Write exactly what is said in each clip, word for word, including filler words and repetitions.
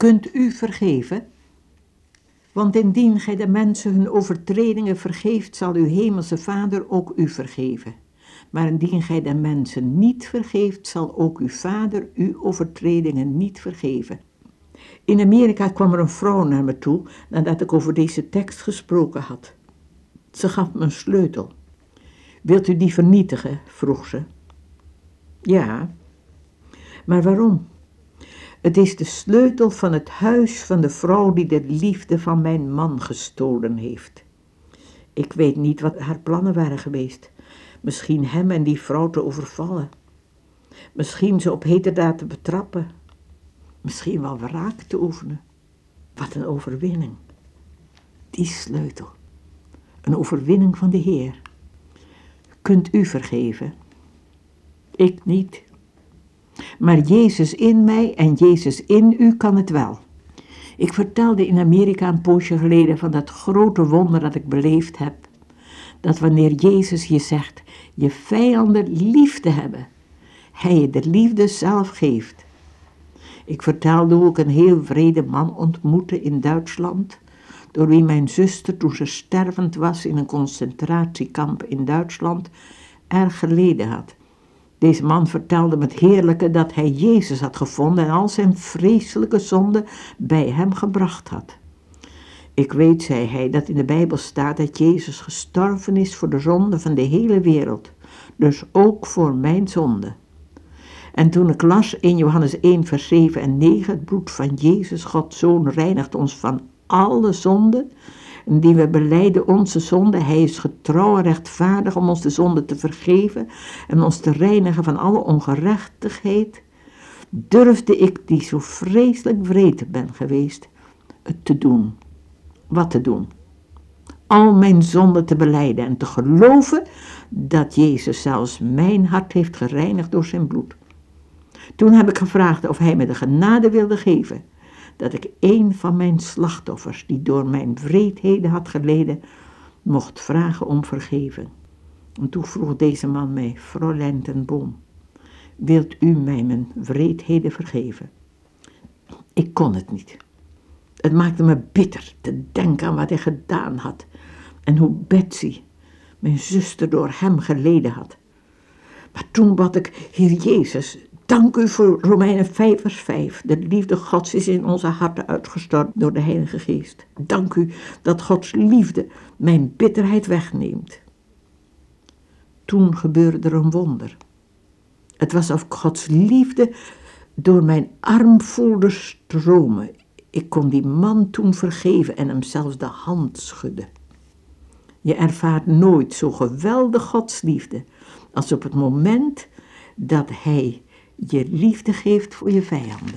Kunt u vergeven? Want indien gij de mensen hun overtredingen vergeeft, zal uw hemelse Vader ook u vergeven. Maar indien gij de mensen niet vergeeft, zal ook uw Vader uw overtredingen niet vergeven. In Amerika kwam er een vrouw naar me toe nadat ik over deze tekst gesproken had. Ze gaf me een sleutel. Wilt u die vernietigen? Vroeg ze. Ja. Maar waarom? Het is de sleutel van het huis van de vrouw die de liefde van mijn man gestolen heeft. Ik weet niet wat haar plannen waren geweest. Misschien hem en die vrouw te overvallen. Misschien ze op heterdaad te betrappen. Misschien wel wraak te oefenen. Wat een overwinning. Die sleutel. Een overwinning van de Heer. Kunt u vergeven? Ik niet. Maar Jezus in mij en Jezus in u kan het wel. Ik vertelde in Amerika een poosje geleden van dat grote wonder dat ik beleefd heb. Dat wanneer Jezus je zegt, je vijanden lief te hebben, hij je de liefde zelf geeft. Ik vertelde hoe ik een heel vrede man ontmoette in Duitsland, door wie mijn zuster toen ze stervend was in een concentratiekamp in Duitsland erg geleden had. Deze man vertelde met heerlijke dat hij Jezus had gevonden en al zijn vreselijke zonden bij hem gebracht had. Ik weet, zei hij, dat in de Bijbel staat dat Jezus gestorven is voor de zonde van de hele wereld, dus ook voor mijn zonde. En toen ik las in Johannes één vers zeven en negen, het bloed van Jezus, Gods Zoon, reinigt ons van alle zonden, die we belijden onze zonde. Hij is getrouw en rechtvaardig om ons de zonde te vergeven en ons te reinigen van alle ongerechtigheid. Durfde ik, die zo vreselijk wreed ben geweest, het te doen. Wat te doen? Al mijn zonden te belijden en te geloven dat Jezus zelfs mijn hart heeft gereinigd door zijn bloed. Toen heb ik gevraagd of hij me de genade wilde geven dat ik een van mijn slachtoffers, die door mijn wreedheden had geleden, mocht vragen om vergeving. En toen vroeg deze man mij, Fräulein ten Boom, wilt u mij mijn wreedheden vergeven? Ik kon het niet. Het maakte me bitter te denken aan wat hij gedaan had en hoe Betsy, mijn zuster, door hem geleden had. Maar toen bad ik, Heer Jezus, dank u voor Romeinen vijf vers vijf. De liefde Gods is in onze harten uitgestort door de Heilige Geest. Dank u dat Gods liefde mijn bitterheid wegneemt. Toen gebeurde er een wonder. Het was alsof Gods liefde door mijn arm voelde stromen. Ik kon die man toen vergeven en hem zelfs de hand schudden. Je ervaart nooit zo geweldig Gods liefde als op het moment dat hij je liefde geeft voor je vijanden.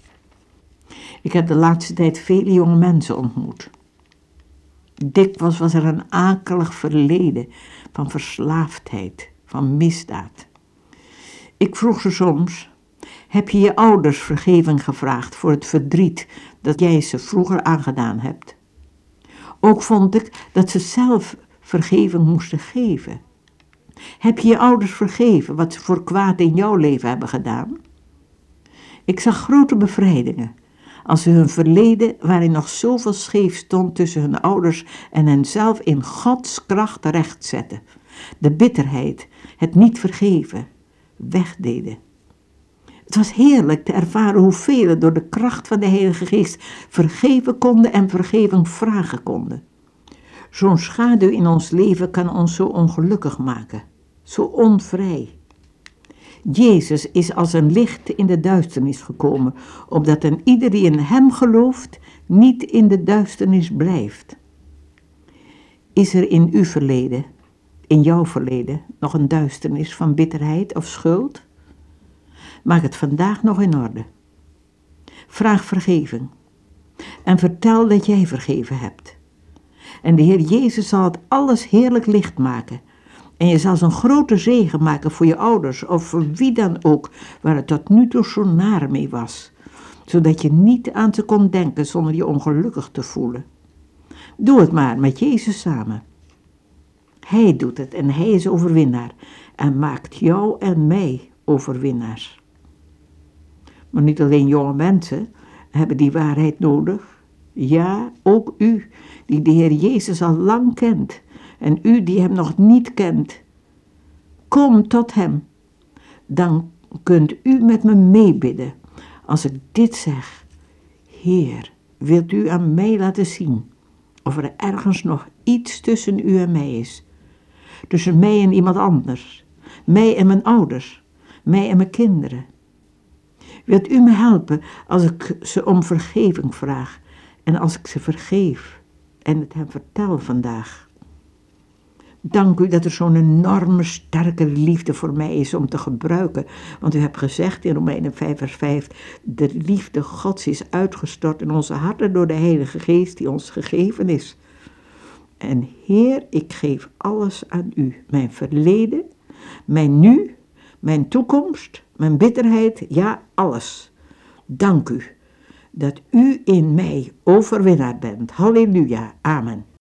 Ik heb de laatste tijd vele jonge mensen ontmoet. Dikwijls was er een akelig verleden van verslaafdheid, van misdaad. Ik vroeg ze soms, heb je je ouders vergeving gevraagd voor het verdriet dat jij ze vroeger aangedaan hebt? Ook vond ik dat ze zelf vergeving moesten geven. Heb je je ouders vergeven wat ze voor kwaad in jouw leven hebben gedaan? Ik zag grote bevrijdingen als ze hun verleden, waarin nog zoveel scheef stond tussen hun ouders en henzelf, in Gods kracht rechtzetten. De bitterheid, het niet vergeven, wegdeden. Het was heerlijk te ervaren hoe velen door de kracht van de Heilige Geest vergeven konden en vergeving vragen konden. Zo'n schaduw in ons leven kan ons zo ongelukkig maken, zo onvrij. Jezus is als een licht in de duisternis gekomen, opdat een ieder die in hem gelooft niet in de duisternis blijft. Is er in uw verleden, in jouw verleden, nog een duisternis van bitterheid of schuld? Maak het vandaag nog in orde. Vraag vergeving en vertel dat jij vergeven hebt. En de Heer Jezus zal het alles heerlijk licht maken. En je zal zo'n grote zegen maken voor je ouders of voor wie dan ook, waar het tot nu toe zo naar mee was. Zodat je niet aan ze kon denken zonder je ongelukkig te voelen. Doe het maar met Jezus samen. Hij doet het en hij is overwinnaar en maakt jou en mij overwinnaars. Maar niet alleen jonge mensen, hebben die waarheid nodig. Ja, ook u, die de Heer Jezus al lang kent. En u die hem nog niet kent. Kom tot hem. Dan kunt u met me meebidden. Als ik dit zeg. Heer, wilt u aan mij laten zien of er ergens nog iets tussen u en mij is? Tussen mij en iemand anders. Mij en mijn ouders. Mij en mijn kinderen. Wilt u me helpen als ik ze om vergeving vraag en als ik ze vergeef en het hem vertel vandaag? Dank u dat er zo'n enorme sterke liefde voor mij is om te gebruiken. Want u hebt gezegd in Romeinen vijf vers vijf, de liefde Gods is uitgestort in onze harten door de Heilige Geest die ons gegeven is. En Heer, ik geef alles aan u. Mijn verleden, mijn nu, mijn toekomst, mijn bitterheid, ja, alles. Dank u dat u in mij overwinnaar bent. Halleluja, amen.